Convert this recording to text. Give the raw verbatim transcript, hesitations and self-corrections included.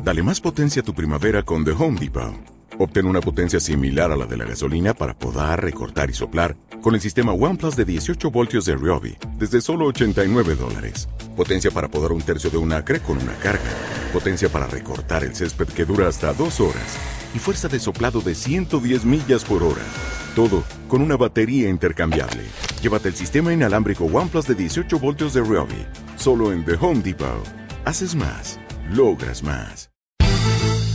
Dale más potencia a tu primavera con The Home Depot. Obtén una potencia similar a la de la gasolina para podar, recortar y soplar con el sistema OnePlus de dieciocho voltios de Ryobi desde solo ochenta y nueve dólares. Potencia para podar un tercio de un acre con una carga. Potencia para recortar el césped que dura hasta dos horas. Y fuerza de soplado de ciento diez millas por hora. Todo con una batería intercambiable. Llévate el sistema inalámbrico OnePlus de dieciocho voltios de Ryobi. Solo en The Home Depot. Haces más. Logras más.